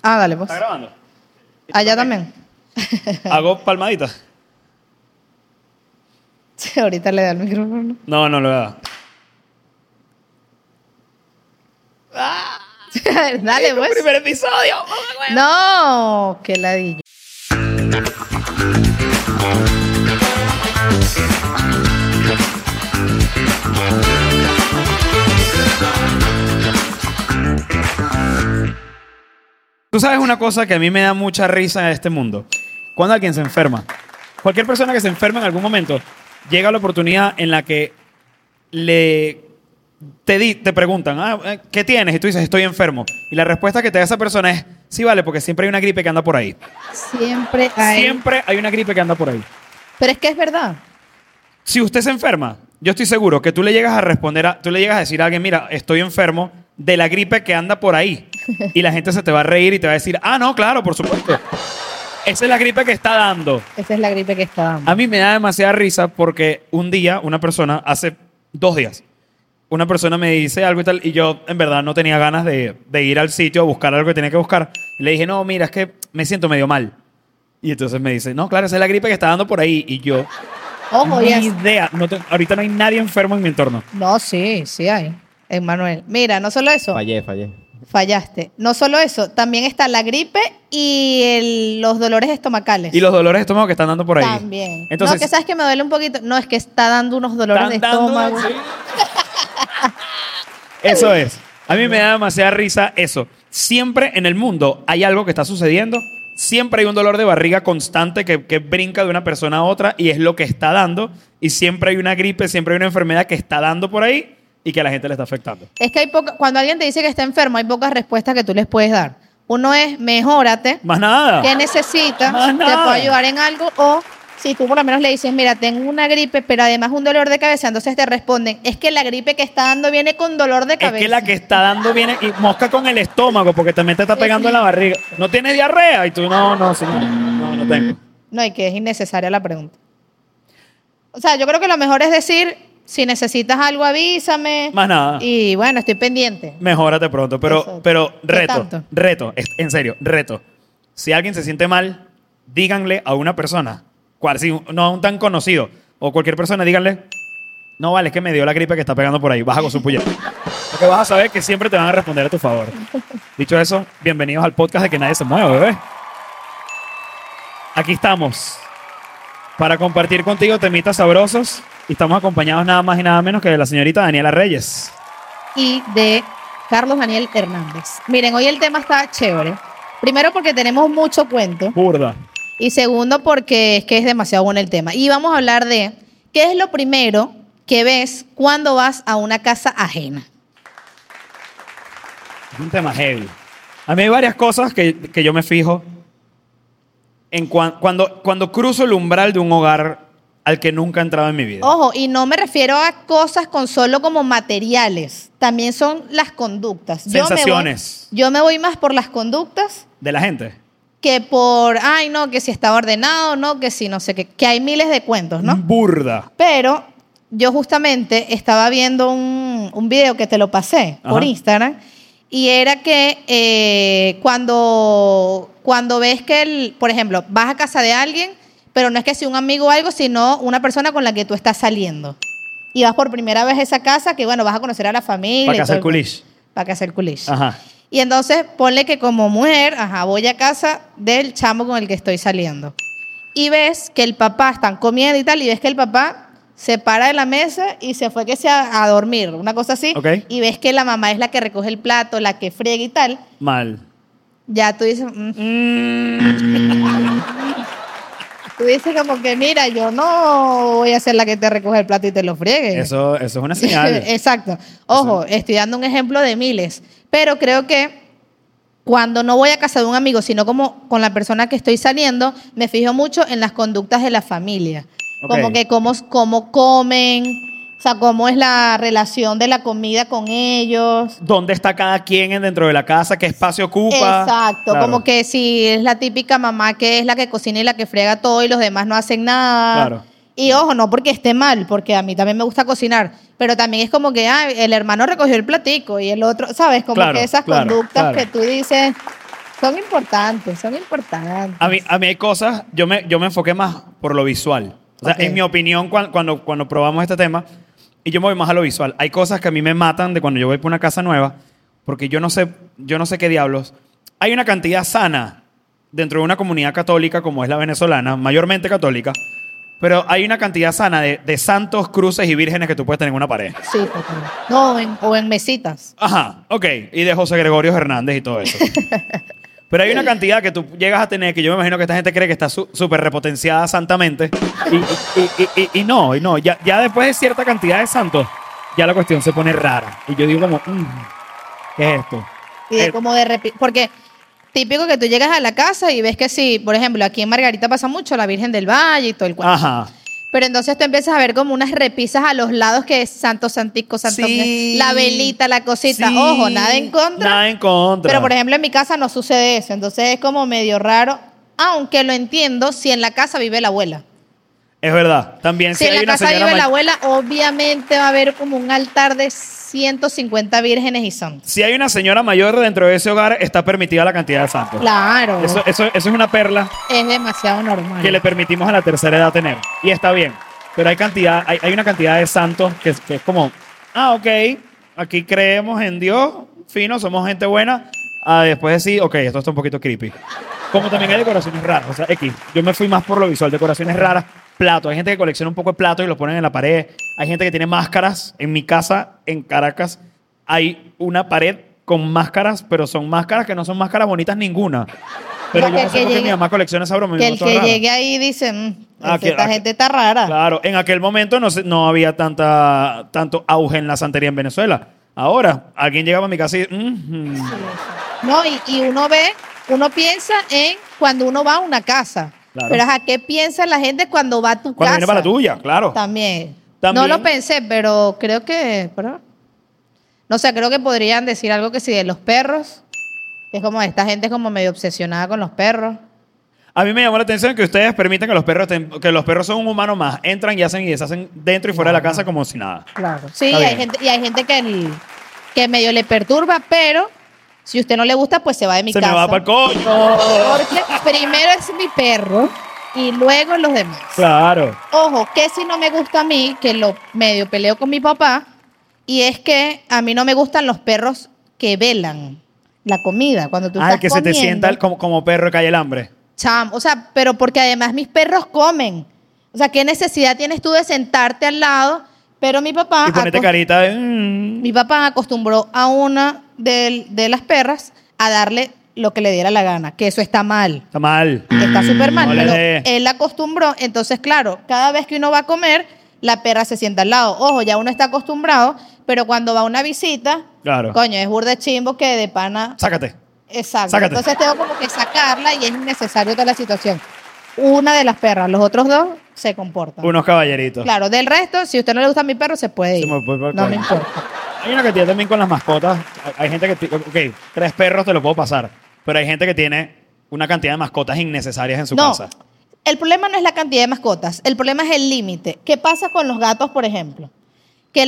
Ah, dale, pues. ¿Está grabando? Allá también. ¿Hago palmaditas? Sí, ahorita le da el micrófono. No, no lo voy a dar. Dale, pues. ¡Primer episodio! No, qué ladillo. Tú sabes una cosa que a mí me da mucha risa en este mundo. Cuando alguien se enferma. Cualquier persona que se enferma en algún momento, llega la oportunidad en la que te preguntan, ¿qué tienes? Y tú dices, estoy enfermo. Y la respuesta que te da esa persona es, sí, vale, porque siempre hay una gripe que anda por ahí. Siempre hay una gripe que anda por ahí. Pero es que es verdad. Si usted se enferma, yo estoy seguro que tú le llegas a decir a alguien, mira, estoy enfermo de la gripe que anda por ahí. Y la gente se te va a reír y te va a decir, no, claro, por supuesto. Esa es la gripe que está dando. Esa es la gripe que está dando. A mí me da demasiada risa porque un día, hace 2 días, una persona me dice algo y tal, y yo en verdad no tenía ganas de ir al sitio a buscar algo que tenía que buscar. Y le dije, no, mira, es que me siento medio mal. Y entonces me dice, no, claro, esa es la gripe que está dando por ahí. Y yo, Ojo, ni ya. idea. Ahorita no hay nadie enfermo en mi entorno. No, sí hay. Emmanuel. Mira, no solo eso. Fallé. Fallaste. No solo eso, también está la gripe y los dolores estomacales. Y los dolores de estómago que están dando por ahí. También. Entonces, no, que sabes que me duele un poquito. No, es que está dando unos dolores de estómago. sí. Eso es. A mí me da demasiada risa eso. Siempre en el mundo hay algo que está sucediendo. Siempre hay un dolor de barriga constante que brinca de una persona a otra y es lo que está dando. Y siempre hay una gripe, siempre hay una enfermedad que está dando por ahí y que a la gente le está afectando. Es que cuando alguien te dice que está enfermo, hay pocas respuestas que tú les puedes dar. Uno es, mejórate. Más nada. ¿Qué necesitas? Más ¿Te nada. puedo ayudar en algo? O si tú por lo menos le dices, mira, tengo una gripe, pero además un dolor de cabeza, entonces te responden, es que la gripe que está dando viene con dolor de cabeza. Es que la que está dando viene y mosca con el estómago porque también te está pegando en la barriga. ¿No tienes diarrea? Y tú, no tengo. No, y que es innecesaria la pregunta. O sea, yo creo que lo mejor es decir, si necesitas algo, avísame. Más nada. Y bueno, estoy pendiente. Mejórate pronto. Eso. Pero ¿Qué tanto? reto, en serio, reto. Si alguien se siente mal, díganle a una persona, no a un tan conocido, o cualquier persona, díganle, no vale, es que me dio la gripe que está pegando por ahí, baja con su puñeta. Porque vas a saber que siempre te van a responder a tu favor. Dicho eso, bienvenidos al podcast de Que Nadie Se Mueva, bebé. Aquí estamos para compartir contigo temitas sabrosos y estamos acompañados nada más y nada menos que de la señorita Daniela Reyes. Y de Carlos Daniel Hernández. Miren, hoy el tema está chévere. Primero porque tenemos mucho cuento. Burda. Y segundo porque es que es demasiado bueno el tema. Y vamos a hablar de qué es lo primero que ves cuando vas a una casa ajena. Es un tema heavy. A mí hay varias cosas que yo me fijo en cuando cruzo el umbral de un hogar al que nunca he entrado en mi vida. Ojo, y no me refiero a cosas con solo como materiales. También son las conductas. Sensaciones. Yo me voy más por las conductas De la gente. que por, no, que si está ordenado, no, que si no sé qué. Que hay miles de cuentos, ¿no? Burda. Pero yo justamente estaba viendo un video que te lo pasé por Ajá. Instagram y era que cuando ves que, por ejemplo, vas a casa de alguien, pero no es que sea un amigo o algo, sino una persona con la que tú estás saliendo. Y vas por primera vez a esa casa, que bueno, vas a conocer a la familia. Para y hacer todo el- culish. Para que hacer culish. Ajá. Y entonces ponle que como mujer, voy a casa del chamo con el que estoy saliendo. Y ves que el papá están comiendo y tal, y ves que el papá se para de la mesa y se fue que sea a dormir, una cosa así. Ok. Y ves que la mamá es la que recoge el plato, la que friega y tal. Mal. Ya tú dices, tú dices como que mira, yo no voy a ser la que te recoge el plato y te lo friegue. Eso es una señal. Exacto. Ojo, estoy dando un ejemplo de miles, pero creo que cuando no voy a casa de un amigo, sino como con la persona que estoy saliendo, me fijo mucho en las conductas de la familia. Ok. Como que cómo comen, o sea, cómo es la relación de la comida con ellos. ¿Dónde está cada quien dentro de la casa? ¿Qué espacio ocupa? Exacto, Claro. como que si es la típica mamá que es la que cocina y la que friega todo y los demás no hacen nada. Claro. Y ojo, no porque esté mal, porque a mí también me gusta cocinar, pero también es como que el hermano recogió el platico y el otro, ¿sabes? Como Claro, que esas claro, conductas claro. que tú dices, Son importantes, son importantes. A mí hay cosas, yo me enfoqué más por lo visual. O sea, Ok. en mi opinión, cuando probamos este tema, y yo me voy más a lo visual, hay cosas que a mí me matan de cuando yo voy por una casa nueva, porque yo no sé qué diablos. Hay una cantidad sana dentro de una comunidad católica como es la venezolana, mayormente católica, pero hay una cantidad sana de santos, cruces y vírgenes que tú puedes tener en una pared. Sí, total. No, o en mesitas. Ajá, ok. Y de José Gregorio Hernández y todo eso. Pero hay una cantidad que tú llegas a tener que yo me imagino que esta gente cree que está súper repotenciada santamente. Y no. Ya después de cierta cantidad de santos, ya la cuestión se pone rara. Y yo digo como, ¿qué es esto? Y de como de porque típico que tú llegas a la casa y ves que sí, por ejemplo, aquí en Margarita pasa mucho la Virgen del Valle y todo el cuento. Ajá. Pero entonces tú empiezas a ver como unas repisas a los lados que es santo, santico, santo, Sí. la velita, la cosita. Sí. Ojo, nada en contra. Nada en contra. Pero por ejemplo en mi casa no sucede eso, entonces es como medio raro, aunque lo entiendo si en la casa vive la abuela. Es verdad. También Si si en hay la una casa señora vive la may- abuela, obviamente va a haber como un altar de 150 vírgenes y santos. Si hay una señora mayor dentro de ese hogar, está permitida la cantidad de santos. Claro, Eso es una perla es demasiado normal. que le permitimos a la tercera edad tener. Y está bien. Pero hay una cantidad de santos que es como, ok, aquí creemos en Dios, fino, somos gente buena. Después decir, ok, esto está un poquito creepy. Como también hay decoraciones raras. O sea, yo me fui más por lo visual, decoraciones raras, platos. Hay gente que colecciona un poco de platos y los ponen en la pared. Hay gente que tiene máscaras. En mi casa, en Caracas, hay una pared con máscaras, pero son máscaras que no son máscaras bonitas ninguna. Pero yo Que no sé el que por qué mi llegue- mamá colecciona esa broma. Que el que llegue ahí dice, esta gente está rara. Claro, en aquel momento no había tanto auge en la santería en Venezuela. Ahora, alguien llegaba a mi casa y... No, y uno piensa en cuando uno va a una casa. Claro. Pero ¿a qué piensa la gente cuando va a tu Cuando casa? viene para la tuya, claro. También. También. No lo pensé, pero creo que... no sé, creo que podrían decir algo que sí de los perros. Que es como esta gente es como medio obsesionada con los perros. A mí me llamó la atención que ustedes permiten que los perros son un humano más. Entran y hacen y deshacen dentro y fuera de la casa como si nada. Claro. Sí, Está hay bien. gente, y hay gente que medio le perturba, pero si usted no le gusta, pues se va de mi Se casa. me va para el coño. Porque primero es mi perro y luego los demás. Claro. Ojo, que si no me gusta a mí, que lo medio peleo con mi papá, y es que a mí no me gustan los perros que velan la comida cuando tú estás Que se te comiendo. sienta como perro que cae el hambre. O sea, pero porque además mis perros comen. O sea, ¿qué necesidad tienes tú de sentarte al lado? Pero mi papá... Y ponete carita de... Mi papá acostumbró a una de las perras a darle lo que le diera la gana, que eso está mal. Está mal. Está súper mal, No le pero dé. él acostumbró. Entonces, claro, cada vez que uno va a comer, la perra se sienta al lado. Ojo, ya uno está acostumbrado, pero cuando va a una visita, Claro. coño, es burda de chimbo que de pana... Sácate. Exacto. Sácate. Entonces tengo como que sacarla y es innecesario toda la situación. Una de las perras, los otros dos se comportan. Unos caballeritos. Claro, del resto, si a usted no le gusta mi perro, se puede ir. Se me puede por el No me coño. importa. Hay una cantidad también con las mascotas. Hay gente que... Ok, 3 perros te lo puedo pasar. Pero hay gente que tiene una cantidad de mascotas innecesarias en su No, casa. el problema no es la cantidad de mascotas, el problema es el límite. ¿Qué pasa con los gatos, por ejemplo? Que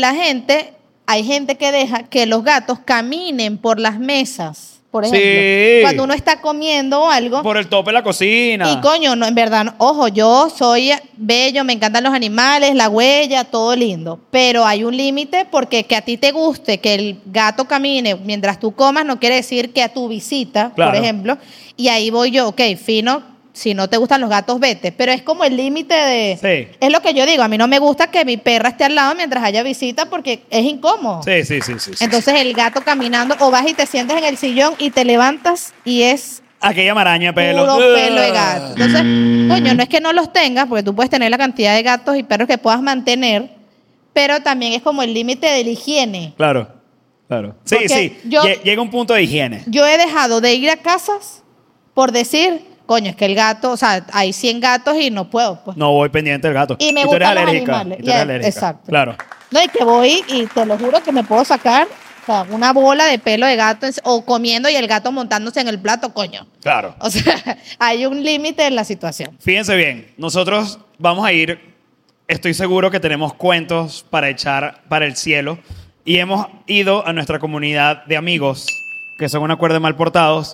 hay gente que deja que los gatos caminen por las mesas, por ejemplo. Sí. Cuando uno está comiendo algo. Por el tope de la cocina. Y coño, no, en verdad, no. Ojo, yo soy bello, me encantan los animales, la huella, todo lindo. Pero hay un límite porque que a ti te guste que el gato camine mientras tú comas no quiere decir que a tu visita, Claro. por ejemplo, y ahí voy yo, ok, fino, si no te gustan los gatos, vete. Pero es como el límite de... Sí. Es lo que yo digo, a mí no me gusta que mi perra esté al lado mientras haya visita porque es incómodo. Sí. Entonces el gato caminando, o vas y te sientes en el sillón y te levantas y es Aquella maraña de pelo. puro pelo de gato. Entonces, coño, no es que no los tengas, porque tú puedes tener la cantidad de gatos y perros que puedas mantener, pero también es como el límite de la higiene. Claro. Sí, Porque sí. Llega un punto de higiene. Yo he dejado de ir a casas por decir, coño, es que el gato, o sea, hay 100 gatos y no puedo, pues. No voy pendiente del gato. Y me tú eres gustan los alérgica. animales. Y tú eres Ya, alérgica. exacto. Claro. No, y que voy y te lo juro que me puedo sacar, o sea, una bola de pelo de gato o comiendo y el gato montándose en el plato, coño. Claro. O sea, hay un límite en la situación. Fíjense bien, nosotros vamos a ir, estoy seguro que tenemos cuentos para echar para el cielo y hemos ido a nuestra comunidad de amigos, que son una cuerda de mal portados,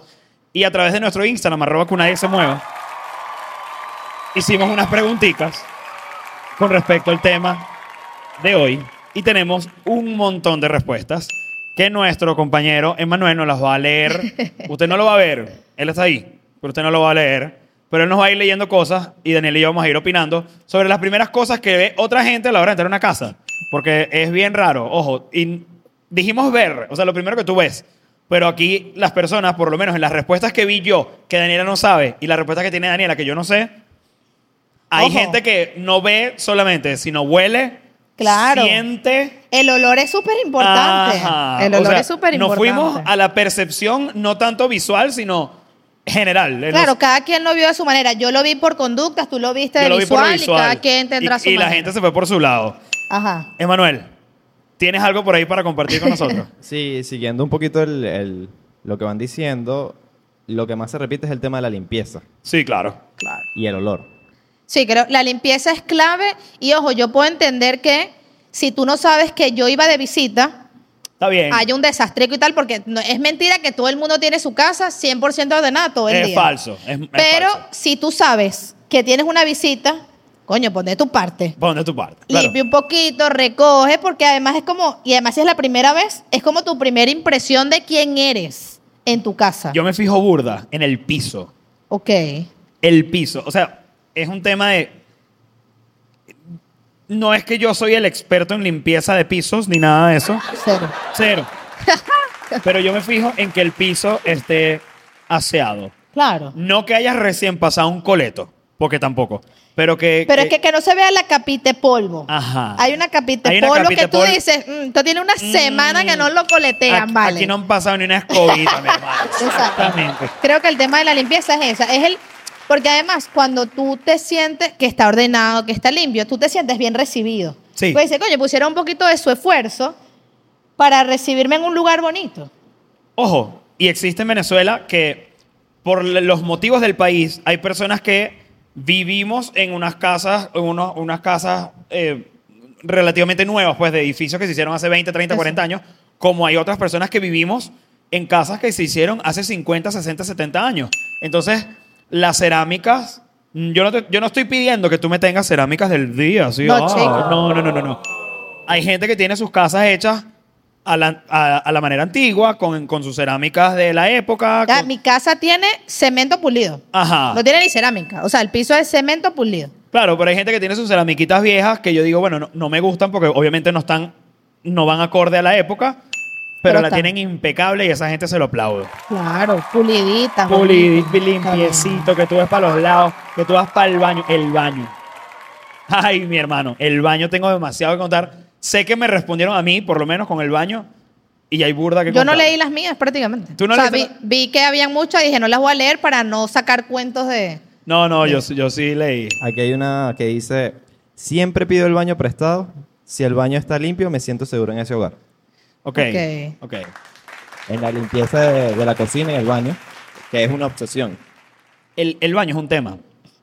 Y a través de nuestro Instagram, @QNadieSeMueva, hicimos unas preguntitas con respecto al tema de hoy. Y tenemos un montón de respuestas que nuestro compañero Emmanuel nos las va a leer. Usted no lo va a ver, él está ahí, pero usted no lo va a leer. Pero él nos va a ir leyendo cosas y Daniel y yo vamos a ir opinando sobre las primeras cosas que ve otra gente a la hora de entrar a una casa. Porque es bien raro, ojo. Y dijimos ver, o sea, lo primero que tú ves. Pero aquí las personas, por lo menos en las respuestas que vi yo, que Daniela no sabe, y las respuestas que tiene Daniela, que yo no sé, hay Ojo. gente que no ve solamente, sino huele, Claro. siente. El olor es súper importante. Ajá. El O olor sea, es súper nos importante. fuimos a la percepción no tanto visual, sino general. Claro, cada quien lo vio de su manera. Yo lo vi por conductas, tú lo viste Yo de lo vi por lo visual, y visual. cada quien tendrá su Y la manera. gente se fue por su lado. Ajá. Emanuel, ¿tienes algo por ahí para compartir con nosotros? Sí, siguiendo un poquito lo que van diciendo, lo que más se repite es el tema de la limpieza Sí, claro. Claro. y el olor. Sí, creo la limpieza es clave. Y ojo, yo puedo entender que si tú no sabes que yo iba de visita, Está bien. hay un desastrico y tal, porque no, es mentira que todo el mundo tiene su casa 100% ordenada todo el Es día. falso. Es Pero falso. si tú sabes que tienes una visita, coño, pon de tu parte. Pon de tu parte. Claro. Limpia un poquito, recoge, porque además es como, y además si es la primera vez, es como tu primera impresión de quién eres en tu casa. Yo me fijo burda en el piso. Ok. El piso. O sea, es un tema de... No es que yo soy el experto en limpieza de pisos ni nada de eso. Cero. Cero. Pero yo me fijo en que el piso esté aseado. Claro. No que hayas recién pasado un coleto, porque tampoco. Pero que... Pero es que no se vea la capita de polvo. Ajá. Hay una capita Hay de una polvo capita que de tú polvo. dices, esto tiene una semana que no lo coletean, Aquí, vale. aquí no han pasado ni una escobita, mi hermano. Exactamente. Creo que el tema de la limpieza es esa. Porque además, cuando tú te sientes que está ordenado, que está limpio, tú te sientes bien recibido. Sí. Pues dice, coño, pusieron un poquito de su esfuerzo para recibirme en un lugar bonito. Ojo, y existe en Venezuela que por los motivos del país hay personas que vivimos en unas casas, unas casas relativamente nuevas, pues de edificios que se hicieron hace 20, 30, Eso. 40 años, como hay otras personas que vivimos en casas que se hicieron hace 50, 60, 70 años. Entonces, las cerámicas, yo no estoy pidiendo que tú me tengas cerámicas del día, ¿sí? No, chico. No. Hay gente que tiene sus casas hechas a la manera antigua, con sus cerámicas de la época. Ya, con- mi casa tiene cemento pulido. Ajá. No tiene ni cerámica. O sea, el piso es cemento pulido. Claro, pero hay gente que tiene sus ceramiquitas viejas que yo digo, bueno, no me gustan porque obviamente no van acorde a la época, pero la están. tienen impecable y esa gente se lo aplaudo. Claro, pulidita. Pulidito y bonita. limpiecito, que tú ves para los lados, que tú vas para el baño. El baño. Ay, mi hermano, el baño tengo demasiado que contar. Sé que me respondieron a mí, por lo menos con el baño, y hay burda que Yo no contar. leí las mías prácticamente. ¿Tú no o sea, leíste vi que habían muchas y dije, no las voy a leer para no sacar cuentos de... No, yo sí leí. Aquí hay una que dice, siempre pido el baño prestado. Si el baño está limpio, me siento seguro en ese hogar. Ok. En la limpieza de la cocina y el baño, que es una obsesión. El baño es un tema.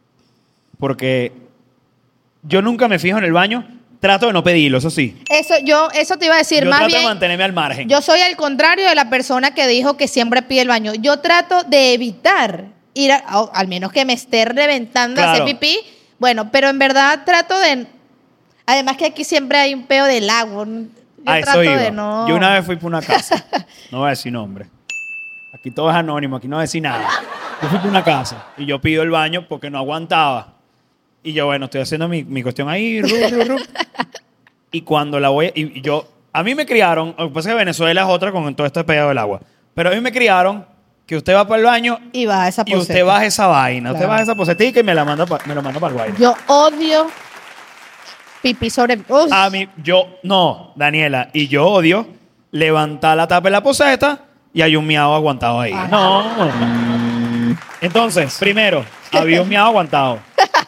Porque yo nunca me fijo en el baño. Trato de no pedirlo, eso sí. Eso te iba a decir, Yo más trato bien... de mantenerme al margen. Yo soy al contrario de la persona que dijo que siempre pide el baño. Yo trato de evitar ir, al menos que me esté reventando a Claro. hacer pipí. Bueno, pero en verdad trato de... Además que aquí siempre hay un peo del agua. Yo A eso trato iba. de no... Yo una vez fui por una casa. No voy a decir nombre. Aquí todo es anónimo, aquí no voy a decir nada. Yo fui por una casa y yo pido el baño porque no aguantaba. Y yo, bueno, estoy haciendo mi cuestión ahí. Ru. Y cuando la voy... Y yo... A mí me criaron... Lo que pasa es que Venezuela es otra con todo este pedo del agua. Pero a mí me criaron que usted va para el baño Y va a esa y usted poseta. baja esa vaina. Usted Claro. baja esa posetica y me lo manda para el baile. Yo odio pipí sobre... Uf. A mí, no, Daniela, y yo odio levantar la tapa de la poseta y hay un miado aguantado ahí. Ajá. No. Entonces, primero, había un miado aguantado.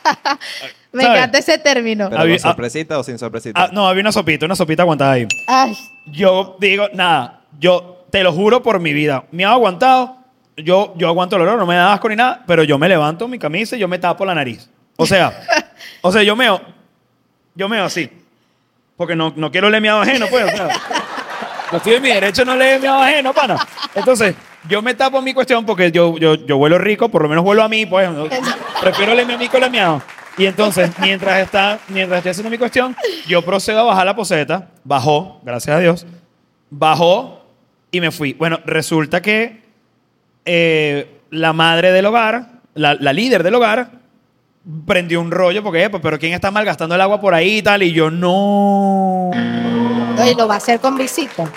Me ¿sabes? encanta ese término. ¿Pero Había- con sorpresita o sin sorpresita? No, había una sopita aguantada ahí. Ay, Yo digo, nada, yo te lo juro por mi vida, miado aguantado, yo aguanto el olor, no me da asco ni nada, pero yo me levanto mi camisa y yo me tapo la nariz. O sea, yo meo así. Porque no quiero leer miado ajeno, pues. O sea, no estoy en mi derecho, no leer miado ajeno, pana. Entonces, yo me tapo mi cuestión porque yo huelo rico, por lo menos huelo a mí, pues. ¿No? Prefiero olerme a mí que olerme a mí. Y entonces, mientras estoy haciendo mi cuestión, yo procedo a bajar la poseta. Bajó, gracias a Dios. Bajó y me fui. Bueno, resulta que la madre del hogar, la líder del hogar, prendió un rollo porque, pero ¿quién está malgastando el agua por ahí y tal? Y yo, no. Oye, lo va a hacer con visita.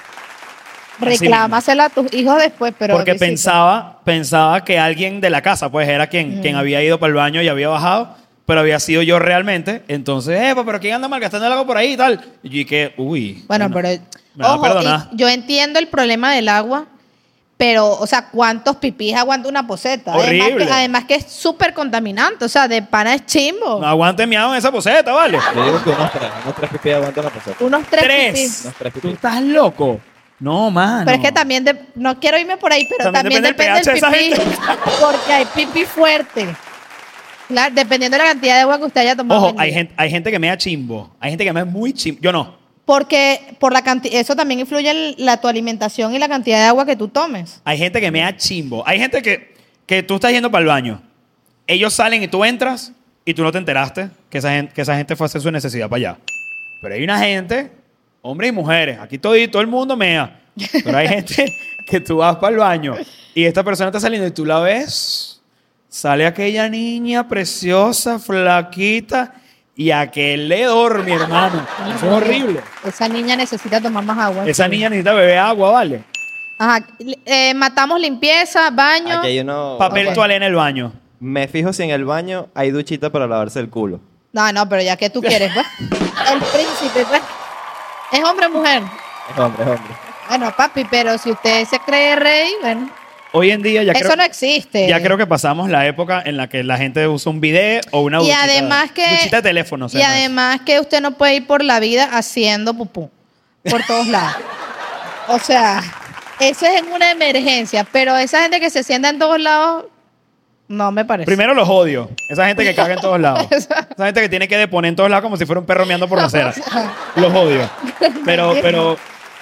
Reclámasela a tus hijos después, pero porque visita. pensaba que alguien de la casa, pues, era quien había ido para el baño y había bajado, pero había sido yo realmente. Entonces, pero ¿quién anda malgastando el agua por ahí y tal? Y yo dije, uy. Bueno, pero me va a ojo, perdonar. y yo entiendo el problema del agua, pero, o sea, ¿cuántos pipís aguanta una poseta? Horrible. Además que es súper contaminante, o sea, de pana es chimbo. No aguante miado en esa poseta, ¿vale? Yo digo que unos tres pipí aguantan la poseta. Unos tres Tres. pipís. Unos tres ¿Tú pipí. estás loco? No, mano. Pero es que también, no quiero irme por ahí, pero también También depende depende del del pH de pipí, esa gente. porque hay pipí fuerte. Claro, dependiendo de la cantidad de agua que usted haya tomado. Ojo, en el día. hay gente que me da chimbo. Hay gente que me da muy chimbo. Yo no. Porque por la eso también influye en tu alimentación y la cantidad de agua que tú tomes. Hay gente que me da chimbo. Hay gente que tú estás yendo para el baño. Ellos salen y tú entras y tú no te enteraste que esa gente fue a hacer su necesidad para allá. Pero hay una gente, hombres y mujeres, aquí todo el mundo mea. Pero hay gente que tú vas para el baño y esta persona está saliendo y tú la ves, sale aquella niña preciosa, flaquita y aquel hedor, mi hermano. Eso es horrible. Esa niña necesita tomar más agua. Esa niña necesita beber agua, ¿vale? Ajá. Matamos limpieza, baño. Aquí hay uno... Papel Ok. toalé en el baño. Me fijo si en el baño hay duchita para lavarse el culo. No, pero ya que tú quieres, pues. El príncipe, pues. ¿Es hombre o mujer? Es hombre, es hombre. Bueno, papi, pero si usted se cree rey, bueno. Hoy en día ya Eso creo, no existe. ya creo que pasamos la época en la que la gente usa un bidet o una Y duchita, además que- duchita de teléfono. se Y llama eso. además que usted no puede ir por la vida haciendo pupú por todos lados. O sea, eso es en una emergencia, pero esa gente que se sienta en todos lados, no me parece. Primero los odio. Esa gente que caga en todos lados. Esa gente que tiene que deponer en todos lados como si fuera un perro meando por la acera. Los odio. Pero...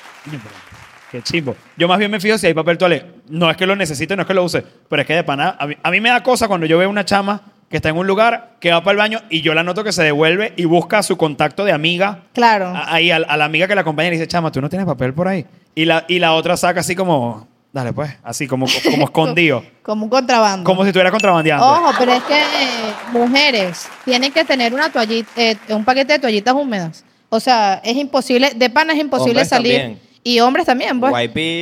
Qué chimbo. Yo más bien me fijo si hay papel toalé. No es que lo necesite, no es que lo use, pero es que de pana... A mí me da cosa cuando yo veo una chama que está en un lugar, que va para el baño y yo la noto que se devuelve y busca su contacto de amiga. Claro. Ahí a la amiga que la acompaña y le dice, chama, ¿tú no tienes papel por ahí? Y la otra saca así como... Dale pues, así como escondido. Como un contrabando. Como si estuviera contrabandeando. Ojo, pero es que mujeres tienen que tener una toallita, un paquete de toallitas húmedas. O sea, es imposible, de pana es imposible Hombres salir. también. Y hombres también, pues.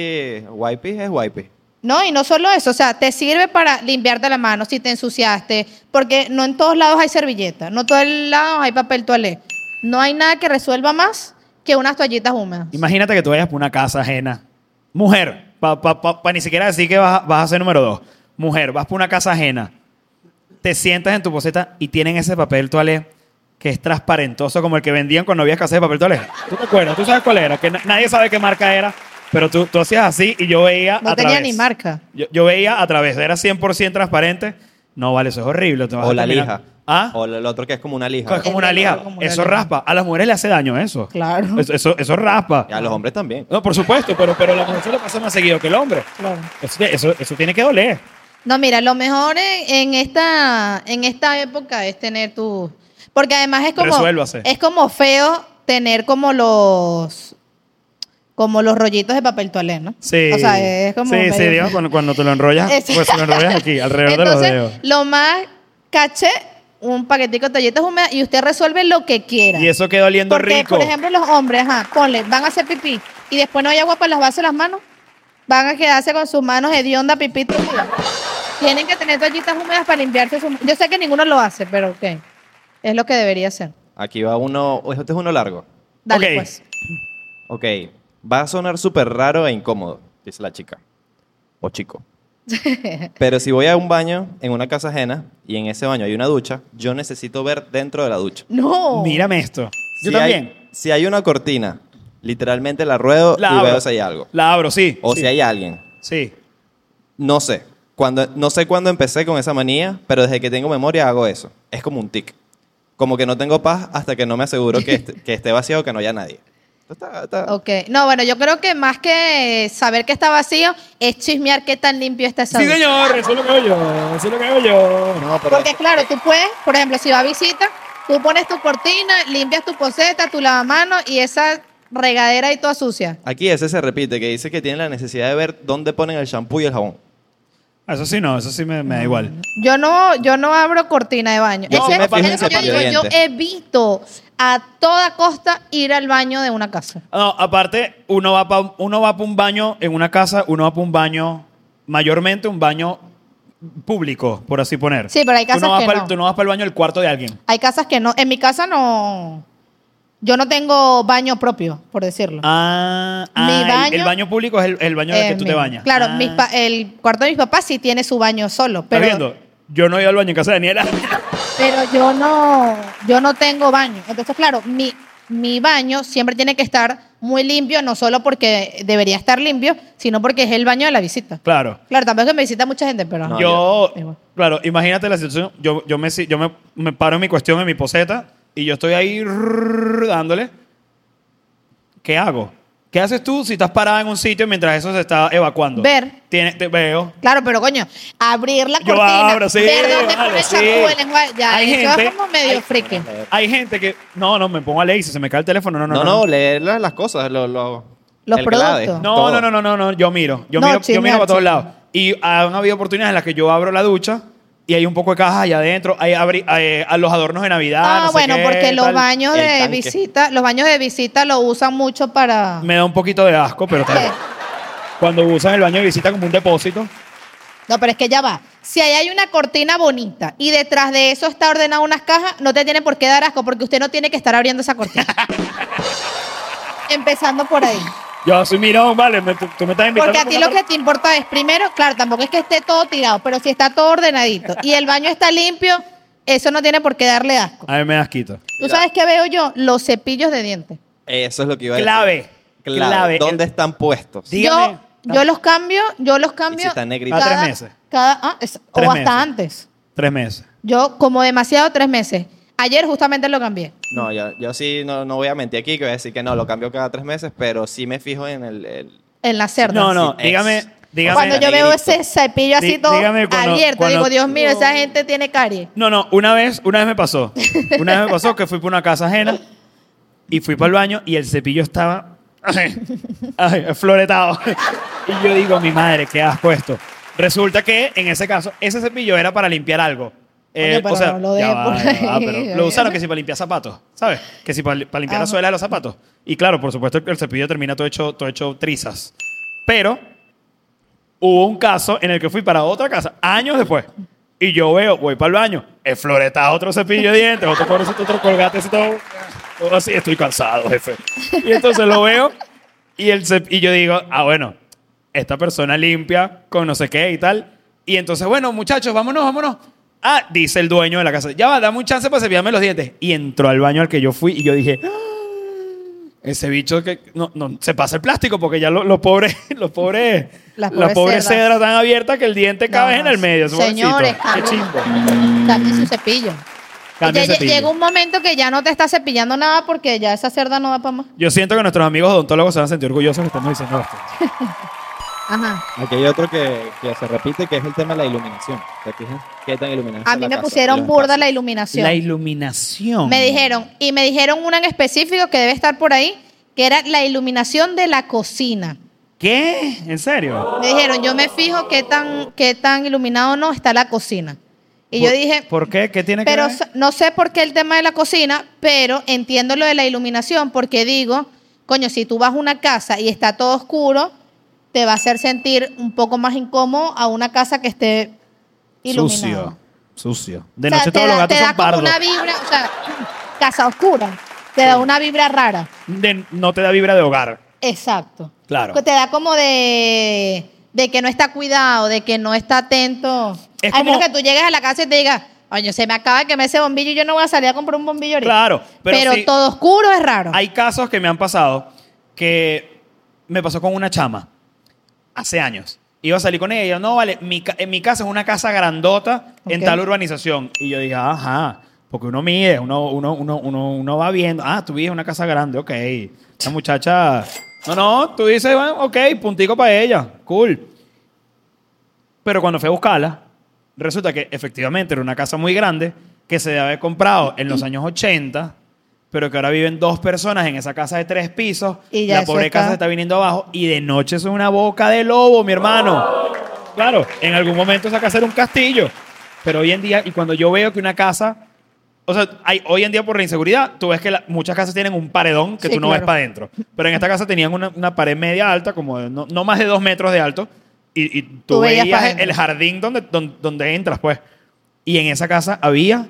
Wipey es wipey. No, y no solo eso, o sea, te sirve para limpiarte la mano si te ensuciaste, porque no en todos lados hay servilleta, no en todos lados hay papel toalé. No hay nada que resuelva más que unas toallitas húmedas. Imagínate que tú vayas por una casa ajena. Mujer, para ni siquiera decir que vas a ser número 2. Mujer, vas por una casa ajena, te sientas en tu poseta y tienen ese papel toalé que es transparentoso como el que vendían cuando había escasez de papel toalé. ¿Tú te acuerdas? ¿Tú sabes cuál era? Que nadie sabe qué marca era, pero tú hacías así y yo veía No a tenía través. ni marca. Yo veía a través. Era 100% transparente. No, vale, eso es horrible. Te vas O a la terminar- lija. ¿Ah? O el otro que es como una lija. Es como una El lija. otro como una Eso lija. raspa. A las mujeres le hace daño eso. Claro. Eso raspa. Y a los hombres también. No, por supuesto, pero a la mujer se le pasa más seguido que el hombre. Claro. Eso tiene que doler. No, mira, lo mejor en esta época es tener tu... Porque además Resuélvase. es como feo tener como los rollitos de papel toalé, ¿no? Sí. O sea, es como Sí, medio- digamos, cuando te lo enrollas, Eso. pues te lo enrollas aquí, alrededor Entonces, de los dedos. lo más caché, un paquetico de toallitas húmedas y usted resuelve lo que quiera. Y eso queda oliendo Porque, rico. por ejemplo, los hombres, ponle, van a hacer pipí y después no hay agua para lavarse las manos. Van a quedarse con sus manos hedionda pipí todo el día. Tienen que tener toallitas húmedas para limpiarse sus... Yo sé que ninguno lo hace, pero ok. Es lo que debería ser. Aquí va uno. Este es uno largo. Dale, Ok. pues. Ok. Va a sonar súper raro e incómodo, dice la chica. O chico. Pero si voy a un baño en una casa ajena y en ese baño hay una ducha, yo necesito ver dentro de la ducha. No. Mírame esto. Yo Si también. si hay una cortina, literalmente la ruedo La y abro. veo si hay algo. La abro, sí. O sí. si hay alguien. Sí. No sé. No sé cuándo empecé con esa manía, pero desde que tengo memoria hago eso. Es como un tic. Como que no tengo paz hasta que no me aseguro que esté vacío o que no haya nadie. Ok. No, bueno, yo creo que más que saber que está vacío, es chismear qué tan limpio está esa Sí, ducha. señor, eso es lo que hago yo. Eso es lo que hago yo. No, pero Porque claro, tú puedes, por ejemplo, si va a visita, tú pones tu cortina, limpias tu poseta, tu lavamanos y esa regadera ahí toda sucia. aquí ese se repite, que dice que tiene la necesidad de ver dónde ponen el shampoo y el jabón. Eso sí no, eso sí me da igual. Yo no abro cortina de baño. Yo Es sí que- me fijo en es que yo cepillo de digo, yo dientes. evito a toda costa ir al baño de una casa. No, aparte, uno va para un baño en una casa, uno va para un baño, mayormente un baño público, por así poner. Sí, pero hay casas que no. Tú no vas para el baño del cuarto de alguien. Hay casas que no. En mi casa no. Yo no tengo baño propio, por decirlo. El baño público es el baño en el que tú te mío. bañas. Claro, Ah. el cuarto de mis papás sí tiene su baño solo. ¿Estás Pero, viendo? Yo no he ido al baño en casa de Daniela. pero yo no tengo baño. Entonces, claro, mi baño siempre tiene que estar muy limpio, no solo porque debería estar limpio, sino porque es el baño de la visita. Claro. Claro, tampoco es que me visita mucha gente, pero... No, Igual. Claro, imagínate la situación. Yo me paro en mi cuestión, en mi poseta, y yo estoy ahí dándole. ¿Qué hago? ¿Qué haces tú si estás parada en un sitio mientras eso se está evacuando? Ver. Te veo. Claro, pero coño, abrir la Yo cortina, abro, sí, ver dónde vale, pone el sí. champú, el enjuague, ya, Hay eso gente- es como medio friki. Hay gente que... No, me pongo a leer y se me cae el teléfono. No, leer las cosas, Los el clave, productos. todo. No, yo miro. Yo No, miro chismear, para todos chismear. lados. Y han habido oportunidades en las que yo abro la ducha y hay un poco de cajas allá adentro. Hay a los adornos de Navidad. Ah, no sé bueno, qué, porque los tal. baños El de tanque. visita, lo usan mucho para... Me da un poquito de asco, pero tal. ¿Qué? Cuando usan el baño de visita como un depósito. No, pero es que ya va. Si ahí hay una cortina bonita y detrás de eso está ordenado unas cajas, no te tiene por qué dar asco porque usted no tiene que estar abriendo esa cortina. Empezando por ahí. Yo soy mirón, vale. Tú me estás invitando. Porque a ti lo que te importa es, primero, claro, tampoco es que esté todo tirado, pero si está todo ordenadito y el baño está limpio, eso no tiene por qué darle asco. A mí me da asquito. ¿Tú sabes qué veo yo? Los cepillos de dientes. Eso es lo que iba a decir. Clave. Clave. ¿Dónde están puestos? Dígame. Yo los cambio ¿Y si está negrito? Cada 3 meses. o 3 hasta meses. antes. 3 meses. Yo, como demasiado, 3 meses. Ayer justamente lo cambié. No, yo sí no voy a mentir aquí, que voy a decir que no, lo cambio cada 3 meses, pero sí me fijo en el En las cerdas. No, Sí, dígame. Cuando yo veo negrito. ese cepillo así todo Dígame abierto, cuando- digo, Dios mío, esa gente tiene caries. No, una vez me pasó. Una vez me pasó que fui por una casa ajena y fui para el baño y el cepillo estaba floretado. Y yo digo, mi madre, qué asco esto. Resulta que en ese caso, ese cepillo era para limpiar algo. Coño, pero no lo dejes por ahí. pero lo usaron que si para limpiar zapatos, ¿sabes? Que si para limpiar la Ajá. suela de los zapatos. Y claro, por supuesto que el cepillo termina todo hecho trizas. Pero hubo un caso en el que fui para otra casa, años después. Y yo voy para el baño, floretado otro cepillo de dientes, otro colgate, así todo así, estoy cansado, jefe. Y entonces lo veo y yo digo, bueno, esta persona limpia con no sé qué y tal. Y entonces, bueno, muchachos, vámonos. Dice el dueño de la casa, ya va, dame un chance para cepillarme los dientes. Y entró al baño al que yo fui y yo dije, ese bicho que no se pasa el plástico porque ya los pobres Las pobres cerdas. cedras están abiertas que el diente cabe en el medio. Señores, Qué chimbo. cambien su cepillo. Cambia el Ya cepillo. llega un momento que ya no te está cepillando nada porque ya esa cerda no da para más. Yo siento que nuestros amigos odontólogos se van a sentir orgullosos que estamos diciendo esto. Ajá. Aquí hay otro que se repite, que es el tema de la iluminación. ¿Te fijas qué tan iluminada está A mí la me casa y pusieron los burda espacios? la iluminación. La iluminación. Me dijeron una en específico que debe estar por ahí, que era la iluminación de la cocina. ¿Qué? ¿En serio? Me dijeron, yo me fijo qué tan iluminado no está la cocina. Y yo dije, ¿Por qué? ¿Qué tiene que pero ver? no sé por qué el tema de la cocina, pero entiendo lo de la iluminación porque digo, coño, si tú vas a una casa y está todo oscuro, te va a hacer sentir un poco más incómodo a una casa que esté iluminada. Sucio. De O sea, noche todos los gatos te da son como pardos. una vibra, o sea, casa oscura, te da una vibra rara. No te da vibra de hogar. Exacto. Claro. Que te da como de que no está cuidado, de que no está atento. Es Al menos como- que tú llegues a la casa y te digas, oye, se me acaba de quemar ese bombillo y yo no voy a salir a comprar un bombillo ahorita. Claro, pero sí. todo oscuro es raro. Hay casos que me han pasado que me pasó con una chama hace años. Iba a salir con ella y yo, no, vale, en mi casa es una casa grandota en Ok. tal urbanización. Y yo dije, ajá, Porque uno mide, uno va viendo. Ah, tú vives en una casa grande, ok. La muchacha... No, tú dices, bueno, ok, puntico para ella. Cool. Pero cuando fui a buscarla, resulta que efectivamente era una casa muy grande que se había comprado en los años 80, pero que ahora viven 2 personas en esa casa de 3 pisos. Y ya la eso pobre está- casa está viniendo abajo y de noche eso es una boca de lobo, mi hermano. Claro, en algún momento esa casa era un castillo. Pero hoy en día, y cuando yo veo que una casa... O sea, hoy en día por la inseguridad, tú ves que muchas casas tienen un paredón que Sí, tú no ves claro. para adentro. Pero en esta casa tenían una pared media alta, como de no más de 2 metros de alto, y tú Tú veías veías pa' adentro. el jardín donde entras, pues. Y en esa casa había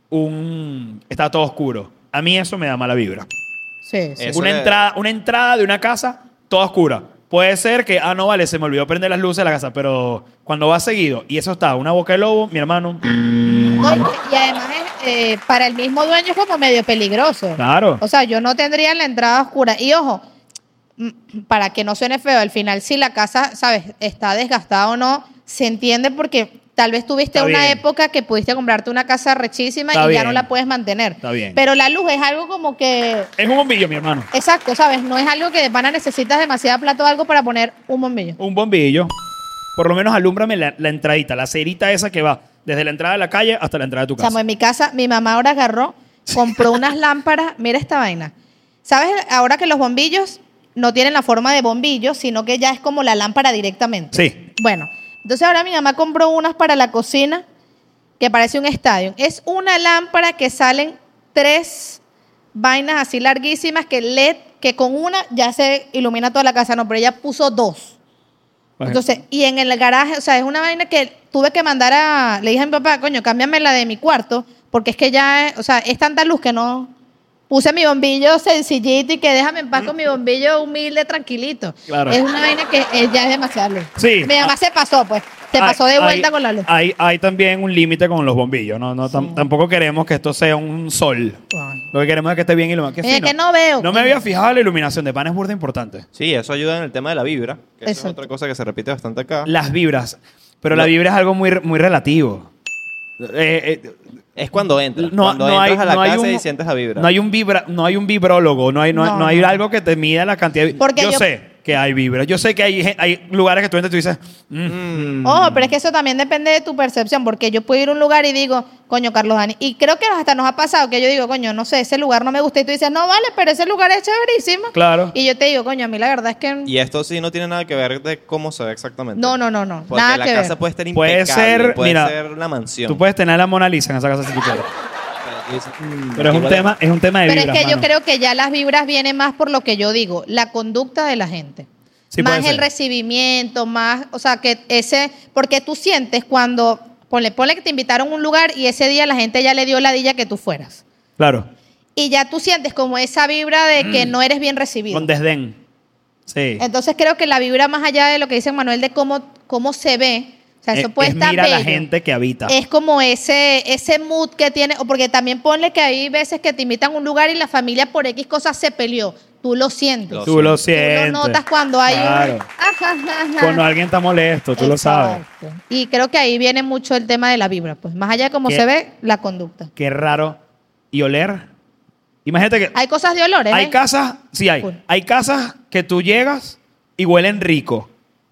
estaba todo oscuro. A mí eso me da mala vibra. Sí, sí. Eso Una entrada de una casa toda oscura. Puede ser que, no vale, se me olvidó prender las luces de la casa, pero cuando va seguido y eso está, una boca de lobo, mi hermano, No, y además para el mismo dueño es como medio peligroso. claro. O sea, yo no tendría la entrada oscura. Y ojo, para que no suene feo, al final si la casa, ¿sabes?, está desgastada o no, se entiende porque tal vez tuviste Está una bien. época que pudiste comprarte una casa rechísima Está y ya bien. no la puedes mantener. Está bien. Pero la luz es algo como que... Es un bombillo, mi hermano. Exacto, ¿sabes? No es algo que de pana necesitas demasiada plata o algo para poner un bombillo. Un bombillo. Por lo menos alúmbrame la entradita, la cerita esa que va desde la entrada de la calle hasta la entrada de tu casa. Chamo, en mi casa, mi mamá ahora agarró, compró unas lámparas. Mira esta vaina. ¿Sabes? Ahora que los bombillos no tienen la forma de bombillo, sino que ya es como la lámpara directamente. Sí. Bueno, entonces ahora mi mamá compró unas para la cocina que parece un estadio. Es una lámpara que salen 3 vainas así larguísimas que LED, que con una ya se ilumina toda la casa. No, pero ella puso 2. Entonces, y en el garaje, o sea, es una vaina que tuve que le dije a mi papá, coño, cámbiame la de mi cuarto, porque es que ya, o sea, es tanta luz que no... Puse mi bombillo sencillito y que déjame en paz con mi bombillo humilde, tranquilito. Claro. Es una vaina que ya es demasiada luz. Sí. Mi mamá se pasó, pues. Se pasó de vuelta con la luz. Hay también un límite con los bombillos. Tampoco queremos que esto sea un sol. Ay. Lo que queremos es que esté bien iluminado. Qué Oye, fino. que no veo. No me había fijado en la iluminación de pan, es burda importante. Sí, eso ayuda en el tema de la vibra, que esa es Exacto. otra cosa que se repite bastante acá. Las vibras. Pero No. la vibra es algo muy, muy relativo. Es cuando entras. No, cuando no hay- entras a la no hay casa un- y sientes la vibra. No hay un vibrólogo, no hay No, algo que te mida la cantidad de Porque yo yo- sé que hay vibra. Yo sé que hay lugares que tú entras y tú dices, Ojo, pero es que eso también depende de tu percepción, porque yo puedo ir a un lugar y digo, coño, Carlos Dani, y creo que hasta nos ha pasado que yo digo, coño, no sé, ese lugar no me gusta, y tú dices, no vale, pero ese lugar es chéverísimo. Claro. Y yo te digo, coño, a mí la verdad es que... Y esto sí no tiene nada que ver de cómo se ve exactamente. No, Porque nada la que casa ver. puede estar Puede impecable, ser, puede mira, ser la mansión. tú puedes tener a la Mona Lisa en esa casa si tú quieres. Tú dices, Pero es un tema de Pero vibras, es que yo mano. creo que ya las vibras vienen más por lo que yo digo, la conducta de la gente. Sí, Más puede el ser. recibimiento, más, o sea, que porque tú sientes cuando, ponle que te invitaron a un lugar y ese día la gente ya le dio ladilla que tú fueras. Claro, Y ya tú sientes como esa vibra de que no eres bien recibido. con desdén. Sí. Entonces creo que la vibra más allá de lo que dice Manuel de cómo se ve, o sea, eso puede estar mira la bello. gente que habita. Es como ese mood que tiene, o porque también ponle que hay veces que te invitan a un lugar y la familia por X cosas se peleó. Tú lo sientes. Lo Tú lo Tú sientes. lo notas cuando hay Claro. un... Ajá, ajá. Cuando alguien está molesto, tú lo sabes. Exacto. Y creo que ahí viene mucho el tema de la vibra. Pues más allá de cómo ¿Qué? se ve, la conducta. Qué raro. Y oler. Imagínate que Hay cosas de olores, hay ¿eh? casas, sí hay. Full. Hay casas que tú llegas y huelen rico.